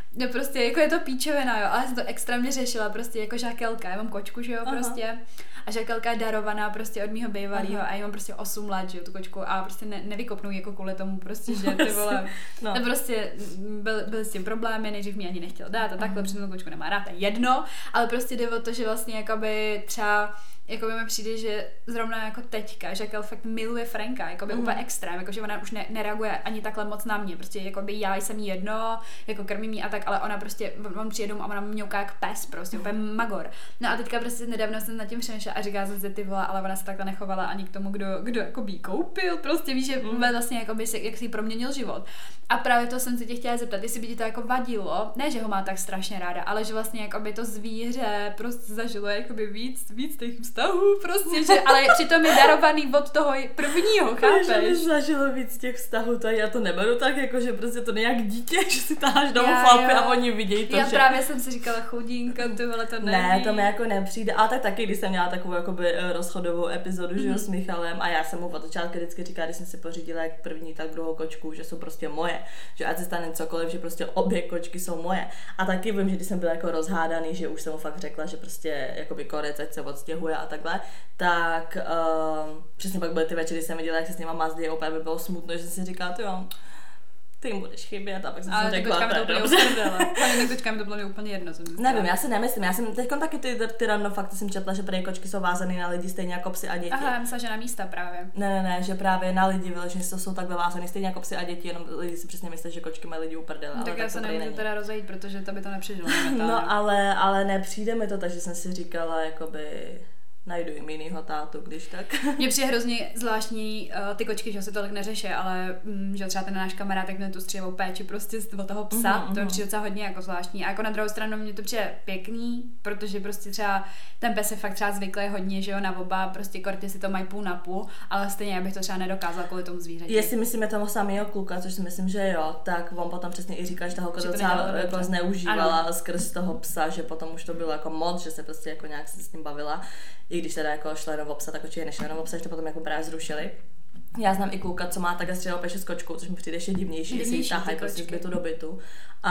No prostě jako je to píčovina, jo, ale jsem to extrémně řešila, prostě jako žakelka, já mám kočku, že jo, Aha. prostě a žakelka je darovaná prostě od mýho bývalýho a já mám prostě osm let, že jo, tu kočku a prostě ne, nevykopnou jako kvůli tomu prostě, že ty vole, no. no prostě byl, byl s tím problémy, nejdřív mi ani nechtěl dát a takhle, protože tu kočku nemá rád, to je jedno, ale prostě jde o to, že vlastně jakoby třeba jako by mi přijde, že zrovna jako teďka, že Kel fakt miluje Franka, jako by mm. úplně extrém, jako že ona už ne, nereaguje ani takhle moc na mě, prostě jako by já jsem jí jedno, jako krmím jí a tak, ale ona prostě, on přijde domů a ona mě jak pes, prostě úplně magor. No a teďka prostě nedávno jsem nad tím přemýšlela a říká jsem si ty vole, ale ona se takhle nechovala ani k tomu, kdo, kdo jako by jí koupil, prostě víš, že mm. vlastně jako by si, jak si jí proměnil život. A právě to jsem se tě chtěla zeptat, jestli by ti to jako vadilo, ne, že ho má tak strašně ráda, ale že vlastně jako by to zvíře prostě zažilo jako by víc, víc těch vztahů, prostě, že, ale přitom je darovaný od toho prvního, chápeš? Že by zažilo víc těch vztahů, to já to neberu tak, jako že prostě to nejak dítě, že si táháš domů chlapy a oni vidějí to, já že... právě jsem si říkala chudinka, ty vole, to neví. Ne, to mi jako nepřijde, ale tak taky, když jsem měla takovou jakoby rozchodovou epizodu, mm-hmm. že jo, s Michalem a já jsem mu od začátku vždycky říkala, když jsem si pořídila jak první, tak druhou kočku, že jsou prostě moje, že ať se stane cokoliv, že prostě obě kočky jsou moje. A taky vím, že když jsem byla jako rozhádaný, že už jsem mu fakt řekla, že prostě jakoby konec, ať se odstěhuje a takhle, tak um, přesně pak byly ty večery, jsem viděla, jak se s nima mazdí a úplně by bylo smutno, že jsem si říkala, ty jo, ty jim budeš chybět a pak jsem ale si řekla, to úplně uprdele. Ale kočkám to bylo úplně jedno. Nevím, já si nemyslím, já jsem teď taky ty, ty random fakty jsem četla, že prý kočky jsou vázaný na lidi stejně jako psy a děti. Aha, já myslím, že na místa právě. Ne, ne, ne, že právě na lidi vyloženě jsou takhle vázaný stejně jako psy a děti, jenom lidi si přesně myslí, že kočky mají lidi uprdele. No, tak já se nemůžu teda rozejít, protože to by to nepřežilo. No, ale, ale nepřijde mi to, takže jsem si říkala, jakoby... najdu jim jinýho tátu, když tak. Mně přijde hrozně zvláštní uh, ty kočky, že se tolik neřeší, ale um, že třeba ten náš kamarád tak měl tu střílevou péči prostě od toho psa, mm-hmm. to mi přijde docela hodně jako zvláštní. A jako na druhou stranu mě to přijde pěkný, protože prostě třeba ten pes je fakt třeba zvyklý hodně, že jo, na oba, prostě korty si to mají půl na půl, ale stejně já bych to třeba nedokázala kvůli tomu zvířeti. Jestli myslíme toho samého kluka, což si myslím, že jo, tak on potom přesně i říká, že ta holka docela jako zneužívala ano. skrz toho psa, že potom už to bylo jako moc, že se prostě jako nějak se s ním bavila. I když teda jako šla jenom obsa, tak určitě nešla jenom obsa, že to potom jako právě zrušili. Já znám i kluka, co má takhle střílevou péči s kočkou, což mi přijde ještě divnější, když si ji tahají prostě z bytu do bytu.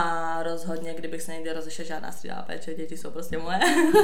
A rozhodně, kdybych se někdy rozešla, žádná střílevá péče, děti jsou prostě moje.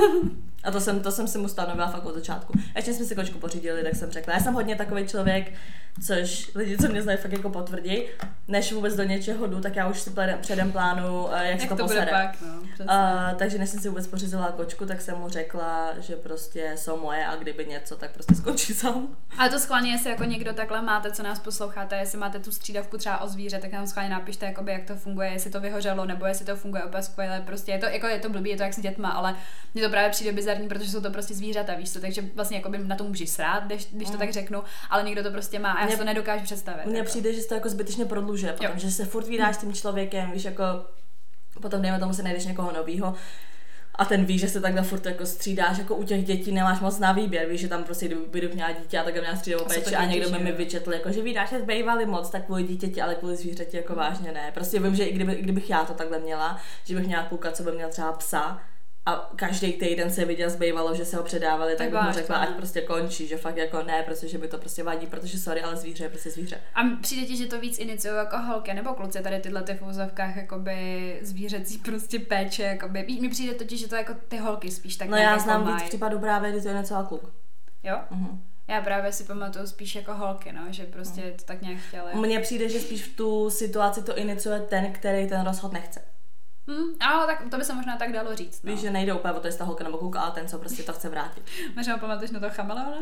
A to jsem, to jsem si mu stanovila fakt od začátku. Ještě jsme si kočku pořídili, tak jsem řekla. Já jsem hodně takový člověk, což lidi, co mě znají, fakt jako potvrdí. Než vůbec do něčeho jdu, tak já už si předem plánu, jak, jak se to, to posede. Pak, no, uh, takže než jsem si vůbec pořízila kočku, tak jsem mu řekla, že prostě jsou moje a kdyby něco, tak prostě skončí sám. Ale to schválně, jestli jako někdo takhle máte, co nás posloucháte, jestli máte tu střídavku třeba o zvíře, tak nám schválně napište, jakoby, jak to funguje, jestli to vyhořelo, nebo jestli to funguje úplně skvěle. Prostě je to, jako je to blbý, je to jak s dětma, ale mně to právě přijde bizarní, protože jsou to prostě zvířata, víš co, takže vlastně jakoby na to můžeš srát, když, když to tak řeknu, ale někdo to prostě má a já si to nedokážu představit. Mně jako. přijde, že se to jako zbytečně prodlužuje, potom, že se furt vydáš s tím člověkem, víš, jako potom dejme tomu si najdeš někoho novýho. A ten ví, že se takhle furt jako střídáš, jako u těch dětí nemáš moc na výběr, víš, že tam prostě kdyby měla dítě a tak měla střídavou péči a někdo by mi vyčetl, jako že vídáš, že zbývali moc, tak kvůli dítěti, ale kvůli zvířeti jako vážně ne. Prostě vím, že i kdyby, kdybych já to takhle měla, že bych měla kluka, co by měl třeba psa, a každý týden se viděl, zbývalo, že se ho předávali, tak bych mu řekla, ať prostě končí, že fakt jako ne, protože by to prostě vadí, protože sorry, ale zvíře je prostě zvíře. A přijde ti, že to víc iniciují jako holky nebo kluci tady tyhle ty v úzovkách jakoby zvířecí prostě péče, jakoby. Mi přijde totiž, že to jako ty holky spíš tak. No já znám víc případů právě, kdy to je něco a kluk. Jo? Mhm. Já právě si pamatuju spíš jako holky, no, že prostě mm. to tak nějak chtěli. Mně přijde, že spíš v tu situaci to iniciuje ten, který ten rozchod nechce. Hmm, ale tak to by se možná tak dalo říct. No. Víš, že nejde úplně o to, jestli ta holka nebo kluk, ale ten, co prostě to chce vrátit. Možná pamatuješ na toho chameleona?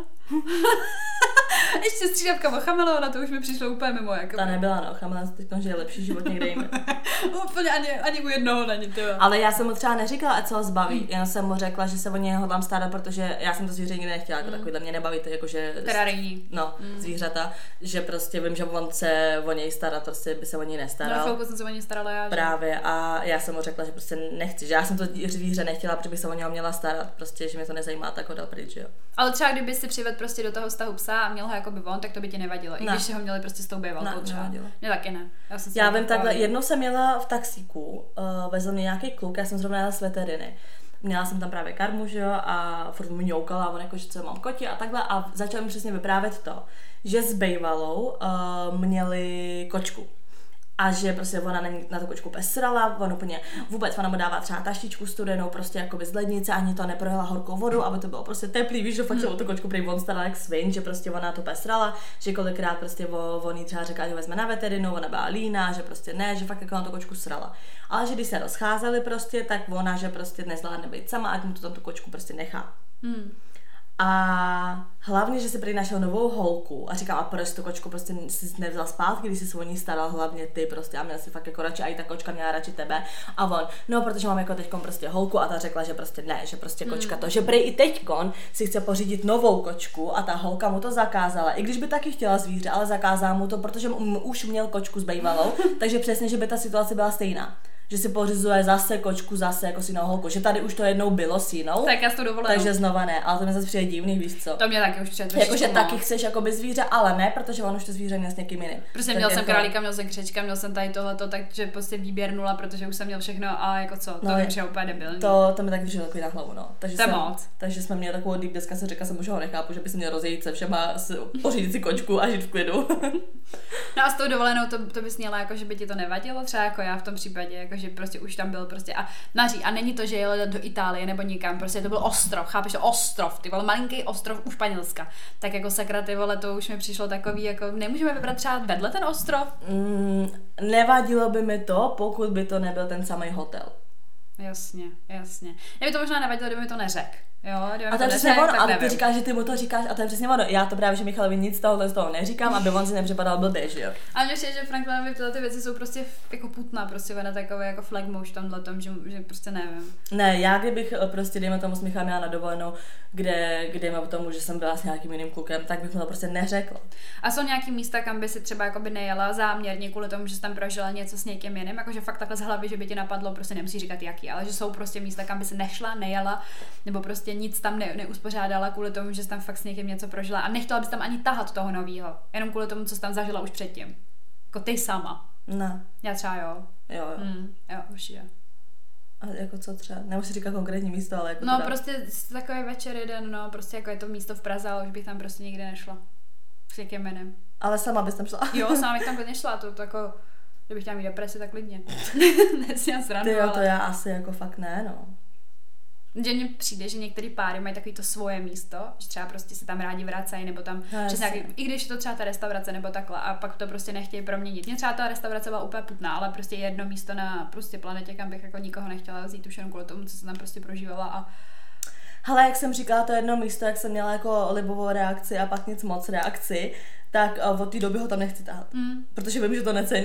Ještě střídavka o chameleona, to už mi přišlo úplně mimo. Jako ta nebyla, no, chameleon teď že je lepší život někde jinde. Úplně ani, ani u jednoho není, tyjo. Ale já jsem mu třeba neříkala, ať se ho zbaví, mm. jen jsem mu řekla, že se o něj hodlám starat, protože já jsem to zvíře nikdy nechtěla, jako mm. takovýhle mě nebaví to, jakože... Terárijní. No, mm. zvířata, že prostě vím, že on se o něj starat, prostě by se o něj nestaral. No, chvilku jsem se o něj starala já, že? Právě, a já jsem mu řekla, že prostě nechci, že já jsem to zvíře nechtěla, protože bych se o něho měla starat, prostě, že mě to nezajímá, tak ho dal pryč, jo. Ale třeba kdyby si přivedl prostě do toho vztahu psa a měl ho jako by on, tak to by ti nevadilo, ne. I když ho měli prostě s tou bývalkou třeba. Ne, taky ne. Já, jsem já vím takhle, jednou jsem jela v taxíku, uh, vezl mě nějaký kluk, já jsem zrovna jela z veteriny. Měla jsem tam právě karmu, že jo, a furt mi ňoukala, a on jako, že co mám koti a takhle a začal mi přesně vyprávět to, že s bývalou uh, měli kočku. a že prostě ona na, ní, na tu kočku pesrala, on úplně vůbec, ona mu dává třeba taštičku studenou, prostě jakoby z lednice, ani to neprojela horkou vodu, aby to bylo prostě teplý, víš, že fakt se o tu kočku prý on starala jak svin, že prostě ona to pesrala, že kolikrát prostě on jí třeba říká, že vezme na veterinu, ona byla líná, že prostě ne, že fakt jako na tu kočku srala. Ale že když se rozcházeli prostě, tak ona, že prostě nezvládne být sama, ať mu to tam tu kočku prostě nechá. Hmm. A hlavně, že si prý našel novou holku a říkám, a proč tu kočku prostě si nevzal zpátky, když jsi se o ní staral hlavně ty prostě a měl si fakt jako radši, a i ta kočka měla radši tebe. A on, no protože mám jako teďkon prostě holku a ta řekla, že prostě ne, že prostě kočka to, že prý i teďkon si chce pořídit novou kočku a ta holka mu to zakázala, i když by taky chtěla zvíře, ale zakázala mu to, protože mu už měl kočku s bejvalou, takže přesně, že by ta situace byla stejná. Že si pořizuje zase kočku, zase jako si holku, že tady už to jednou bylo s jinou, tak já to dovolenou. Takže znova ne, ale to mi zase přijde divný, víš co? To mě taky už přijde. Jakože taky chceš jakoby zvíře, ale ne, protože on už to zvíře měl s někým jiným. Prostě tak měl jako... jsem králíka, měl jsem křečka, měl jsem tady tohleto, takže prostě výběr nula, protože už jsem měl všechno a jako co, to no, je úplně debilní. To, to mi taky přišlo takový na hlavu, no. Takže, to jsem, moc. takže jsme měli takovou deep deska, se říká, jsem už ho nechápu, že by se měl rozejít se všema, pořídit si kočku a žít v klidu. No a s tou dovolenou to, to bys měla, jako, že by ti to nevadilo, třeba jako já v tom případě, jako, že prostě už tam byl prostě a naří, a není to, že jel do Itálie nebo někam, prostě to byl ostrov, chápeš, ostrov, ty vole, malinký ostrov u Španělska. Tak jako sakra, ty vole, to už mi přišlo takový, jako nemůžeme vybrat třeba vedle ten ostrov? Mm, nevadilo by mi to, pokud by to nebyl ten samý hotel. Jasně, jasně. Mě by to možná nevadilo, kdyby mi to neřekl. Jo, a to je přesně ono, ale ty říkáš, že ty mu to říkáš a to je přesně ono. Já to právě, že Michalovi nic z tohohle z toho neříkám, aby on si nepřipadal blbě, že jo. A mně přijde, že Franklinovi tyhle ty věci jsou prostě jako putná, prostě ona takový jako flagmouš v tomhle tom, že, že prostě nevím. Ne, já kdybych prostě, dejme tomu, s Michalem měla na dovolenou, kde, kde dejme tomu, že jsem byla s nějakým jiným klukem, tak bych mu to prostě neřekla. A jsou nějaký místa, kam by si třeba jakoby nejela záměrně kvůli tomu, že jsi tam prožila něco s někým jiným, jakože fakt takhle z hlavy, že by ti napadlo, prostě nemusí říkat jaký, ale že jsou prostě místa, kam by si nešla, nejela, nebo prostě nic tam ne, neuspořádala kvůli tomu, že jsi tam fakt s někým něco prožila a nechtěla bys tam ani tahat toho novýho, jenom kvůli tomu, co jsi tam zažila už předtím. Jako ty sama. Ne. Já třeba jo. Jo, jo. Mm, jo, už je. A jako co třeba? Nemusí říkat konkrétní místo, ale jako no teda... prostě takový večer jeden, no prostě jako je to místo v Praze, ale už bych tam prostě nikdy nešla. S někým jiným. Ale sama bys tam šla? Jo, sama bych tam klidně šla, to, to jako, kdybych chtěla mít depresi, tak klidně. Nesměla srandu, ty jo, to ale... já asi jako fakt ne, no. Že mně přijde, že některý páry mají takový to svoje místo, že třeba prostě se tam rádi vracají, nebo tam no, přes nějaký, i když je to třeba ta restaurace nebo takhle, a pak to prostě nechtějí proměnit. Mně třeba ta restaurace byla úplně putná, ale prostě jedno místo na prostě planetě, kam bych jako nikoho nechtěla vzít už jen kvůli tomu, co jsem tam prostě prožívala a hele, jak jsem říkala, to jedno místo, jak jsem měla jako libovou reakci a pak nic moc reakci, tak od té doby ho tam nechci tahat, mm. protože vím, že to necení.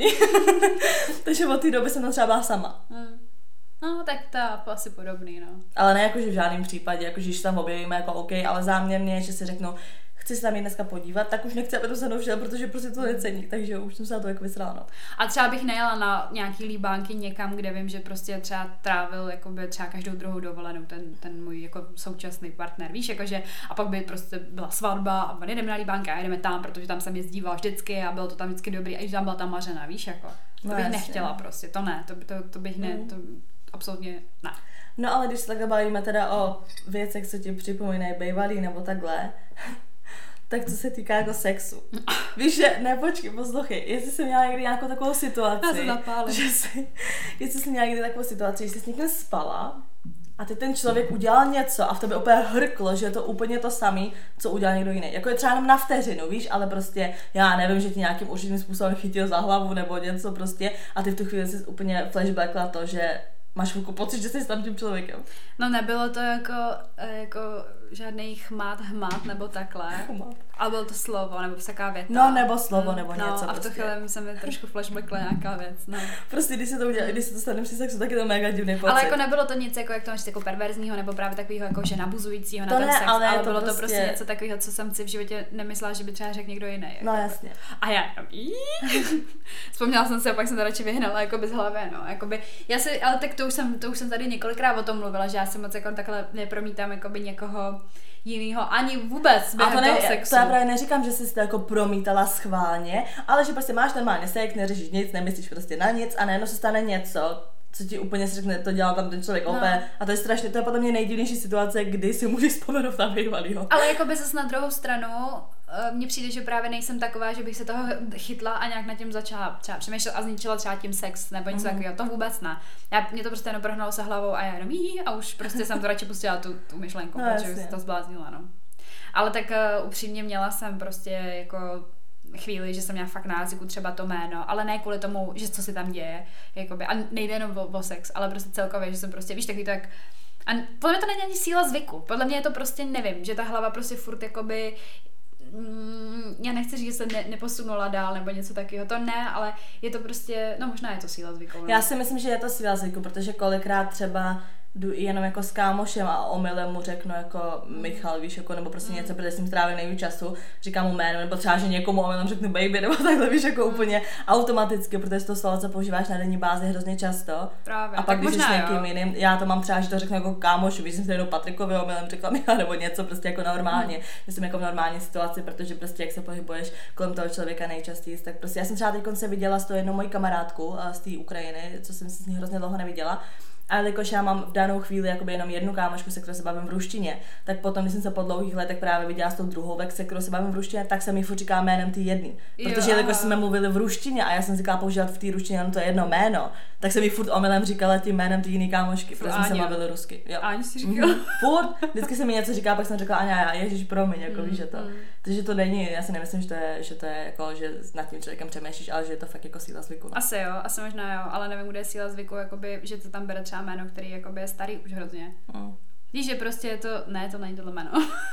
Takže od té doby jsem tam třeba byla sama. Mm. No, tak to je asi podobný, no. Ale ne jakože v žádném případě, jakože když tam objevíme jako OK, ale záměrně, že si řeknu, chci se tam jít dneska podívat, tak už nechci, aby to se mnou šel, protože prostě to necení, takže už jsem se na to jako vysrala, no. A třeba bych nejela na nějaký líbánky někam, kde vím, že prostě třeba trávil jakoby třeba každou druhou dovolenou ten, ten můj jako současný partner, víš, jakože a pak by prostě byla svatba a jdeme na líbánky a jdeme tam, protože tam jsem jezdívala vždycky a bylo to tam vždycky dobrý a i tam byla tam mařena, víš, jako. To no, bych jasně. nechtěla prostě, to ne, to, to, to bych ne, to absolutně ne. No ale když se takhle bavíme teda o věcech, co ti připomínají bejvalý nebo takhle, tak co se týká jako sexu. Víš, že, ne počkej, poslouchej, jestli jsi měla někdy nějakou takovou situaci, že jsi, jestli jsi měla někdy takovou situaci, že jsi s někým spala a teď ten člověk udělal něco a v tebe úplně hrklo, že je to úplně to samý, co udělal někdo jiný. Jako je třeba jenom na vteřinu, víš, ale prostě já nevím, že ti nějakým určitým způsobem chytil za hlavu nebo něco prostě a ty v tu chvíli jsi úplně flashbackla to, že máš chvilku pocit, že jsi tam tím člověkem. No nebylo to jako, jako žádný chmát, hmat nebo takhle. Chmat. Ale bylo to slovo, nebo taková věta. No nebo slovo, nebo no, něco a v tu prostě. chvíli se mi trošku flashbackla nějaká věc, no. Prostě když se to udělá, když se to stane při sexu, tak je to mega divný pocit. Ale jako nebylo to nic jako, jak to máš, jako perverzního, nebo právě takového jako že nabuzujícího na to ten ne, sex, ale, ale to bylo prostě... to prostě něco takového, co jsem si v životě nemyslela, že by třeba řekl někdo jiný. Jako. No jasně. A já vzpomněla jsem se a pak jsem to radši vyhnala jako bez hlavy, no, jakoby, já si, ale tak to už jsem, to už jsem tady několikrát o tom mluvila, že já si moc jako takhle nepromítám jakoby někoho jinýho ani vůbec během to ne, toho sexu. To já právě neříkám, že jsi to jako promítala schválně, ale že prostě máš normálně sex, neřešíš nic, nemyslíš prostě na nic a najednou se stane něco, co ti úplně si řekne, to dělal tam ten člověk no. opět. A to je strašně, to je podle mě nejdivnější situace, kdy si můžeš vzpomenout na bývalýho. Ale jako by zase na druhou stranu, mně přijde, že právě nejsem taková, že bych se toho chytla a nějak nad tím začala třeba přemýšlet a zničila třeba tím sex nebo něco mm-hmm. takového. To vůbec ne. Já, mě to prostě jenom prohnalo se hlavou a já jenom jí a už prostě jsem to radši pustila tu, tu myšlenku, no, protože bych se to zbláznila, no. Ale tak uh, upřímně měla jsem prostě jako chvíli, že jsem měla fakt na jazyku třeba to jméno, ale ne kvůli tomu, že co se tam děje, jakoby, a nejde jenom o, o sex, ale prostě celkově, že jsem prostě, víš, takový tak. A podle mě to není ani síla zvyku. Podle mě je to prostě, nevím, že ta hlava prostě furt jakoby, mm, já nechci říct, že se ne, neposunula dál nebo něco takového, to ne, ale je to prostě, no možná je to síla zvyku. Já si myslím, že je to síla zvyku, protože kolikrát třeba jdu jenom jako s kámošem a omylem mu řeknu jako Michal, víš, jako, nebo prostě něco, protože s ním strávím nejvíc času, říkám mu jméno, nebo třeba, že někomu omylem řeknu baby, nebo takhle, víš, jako úplně automaticky, protože to slovo, co používáš na denní bázi hrozně často. Právě, a pak když jsi s někým jo. jiným, já to mám třeba, že to řeknu jako kámošu, víš, jsem si jenom Patrikovi omylem řekla Michal, nebo něco prostě jako normálně, myslím jako v normální situaci, protože prostě jak se pohybuješ kolem toho člověka nejčastěji, tak prostě já jsem třeba teď se viděla s tou jednou mojí kamarádku z té Ukrajiny, co jsem si s ní hrozně dlouho neviděla. A jelikož já mám v danou chvíli jakoby jenom jednu kámošku, se kterou se bavím v ruštině, tak potom, když jsem se po dlouhých letech právě viděla s tou druhou, se kterou se bavím v ruštině, tak jsem jí furt říkala jménem ty jedny. Protože jelikož jsme mluvili v ruštině a já jsem říkala používat v té ruštině jenom to jedno jméno, tak jsem jí furt omylem říkala tím jménem ty jiný kámošky, protože jsme se bavili rusky. Jo. Aně si říkala. Mm, furt, vždycky se mi něco říká, pak jsem řekla Aňa, ježiš, promiň, jako mm, víš, že to. Mm. Takže to není, já si nemyslím, že to je, že to je jako, že nad tím člověkem přemýšlíš, ale že je to fakt jako síla zvyku. No. Asi jo, asi možná jo, ale nevím, kde je síla zvyku, jakoby, že to tam bere třeba jméno, který jakoby je starý už hrozně. Mm. Víš, že prostě je to, ne, to není tohle jméno.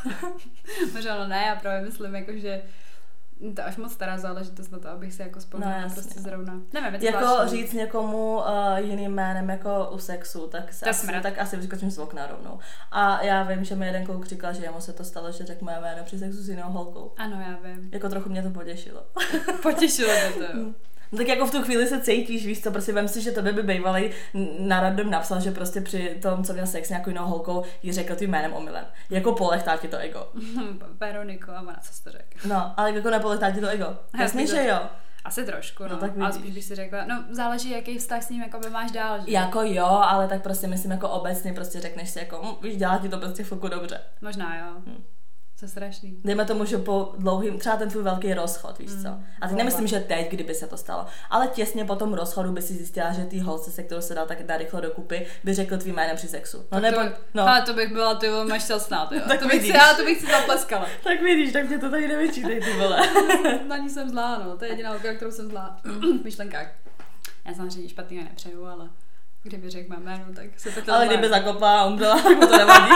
Možná ne, já právě myslím, jako, že to až moc stará záležitost na to, abych se jako vzpomněla no, prostě zrovna. Nevím, je to jako zvláštní. Říct někomu uh, jiným jménem jako u sexu, tak, se asi, tak asi vyskočím z okna rovnou. A já vím, že mi jeden kluk říkal, že jemu se to stalo, že řekl moje jméno při sexu s jinou holkou. Ano, já vím. Jako trochu mě to potěšilo. Potěšilo mě to, jo. No tak jako v tu chvíli se cítíš, víš co, prostě vem si, že to by by bývalej na random napsal, že prostě při tom, co měl sex s nějakou jinou holkou, jí řekl tvým jménem omylem. Jako polechtá ti to ego. Veroniko, a ona, co jsi to řekl? No, ale jako nepolechtá ti to ego. Jasně, že jo. Asi trošku, no. no tak ale spíš bych si řekla, no záleží, jaký vztah s ním jako by máš dál, že? Jako jo, ale tak prostě myslím jako obecně prostě řekneš si jako, hm, víš, dělá ti to prostě fakt dobře. Možná jo. Hm. Co strašný. Dejme tomu, že po dlouhým, třeba ten tvůj velký rozchod, víš co. A teď nemyslím, že teď, kdyby se to stalo, ale těsně po tom rozchodu by si zjistila, že ty holce, se kterou se dal tak rychle dokupy, by řekl tvým jménem při sexu. No nebo, to, no. Ale to bych byla, ty vole, máš šťastná, ty jo. Tak to bych si, já to bych si zapleskala. Tak vidíš, tak mě to tady nevyčítej, ty vole. Na ní jsem zlá, no, to je jediná holka, kterou jsem zlá. V myšlenkách. Já samozřejmě špatný nepřeju, ale kdyby řekl mé jméno, tak se to ale kdyby zakopla a umřela, tak mu to nevadí.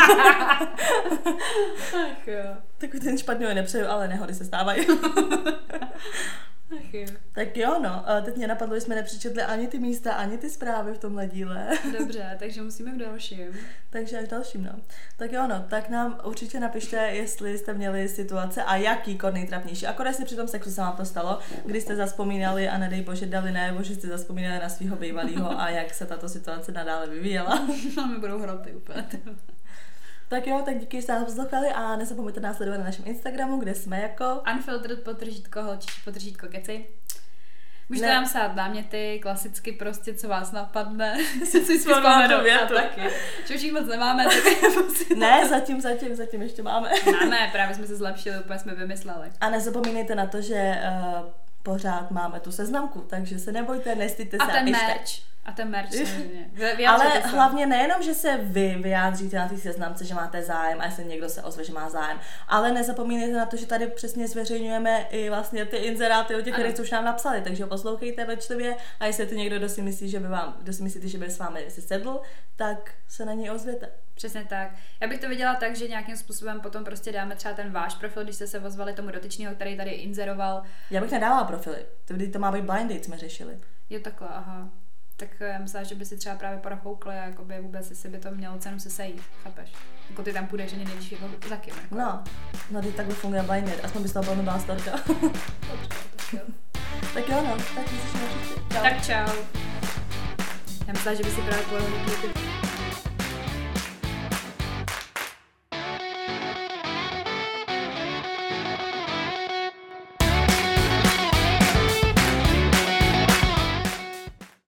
Ach jo. Takový ten špatný nepřeju, ale nehody se stávají. Ach jo. Tak jo, no. Teď mě napadlo, že jsme nepřečetli ani ty místa, ani ty zprávy v tomhle díle. Dobře, takže musíme k dalším. Takže až dalším, no. Tak jo, no. Tak nám určitě napište, jestli jste měli situace a jaký kor nejtrapnější. Akorát si při tom sexu se vám to stalo, kdy jste zazpomínali a nedej bože dali najevo, že jste zazpomínali na svého bývalého a jak se tato situace nadále vyvíjela. No, mi budou hroty úplně. Tak jo, tak díky, že jste nás poslouchali a nezapomeňte nás sledovat na našem Instagramu, kde jsme jako Unfiltered potržítko holčičí potržítko keci. Můžete ne. nám psát náměty, klasicky prostě, co vás napadne. Si si vzpomínám větu. Taky. Že už jich moc nemáme. Tak ne, zatím, zatím, zatím ještě máme. Máme, právě jsme se zlepšili, úplně jsme vymysleli. A nezapomínejte na to, že uh, pořád máme tu seznamku, takže se nebojte, nestýďte se. A ten merch. A ten merch samozřejmě. Ale se. Hlavně nejenom, že se vy vyjádříte na té seznamce, že máte zájem a jestli někdo se ozve, že má zájem, ale nezapomínejte na to, že tady přesně zveřejňujeme i vlastně ty inzeráty o těch, kteří co už nám napsali, takže ho poslouchejte pečlivě a jestli to někdo, kdo si myslí, že by vám, kdo si myslíte, že by s vámi si sedl, tak se na něj ozvěte. Přesně tak. Já bych to viděla tak, že nějakým způsobem potom prostě dáme třeba ten váš profil, když jste se ozvali tomu dotyčného, který tady inzeroval. Já bych nedávala profily. To, to má být blind date, jsme řešili. Jo, takhle, aha. Tak já myslím, že by si třeba právě porachoukli a jakoby vůbec, jestli by to mělo cenu se sejít, chápeš? Jako ty tam půjdeš, že nejdeš jako za kým, jako. No, no ty takhle funguje blind date, aspoň by z toho byla nová storka. Dobře, tak jo. Tak jo, no, tak my se čau. Tak čau. Já myslím, že by si právě pojeli ty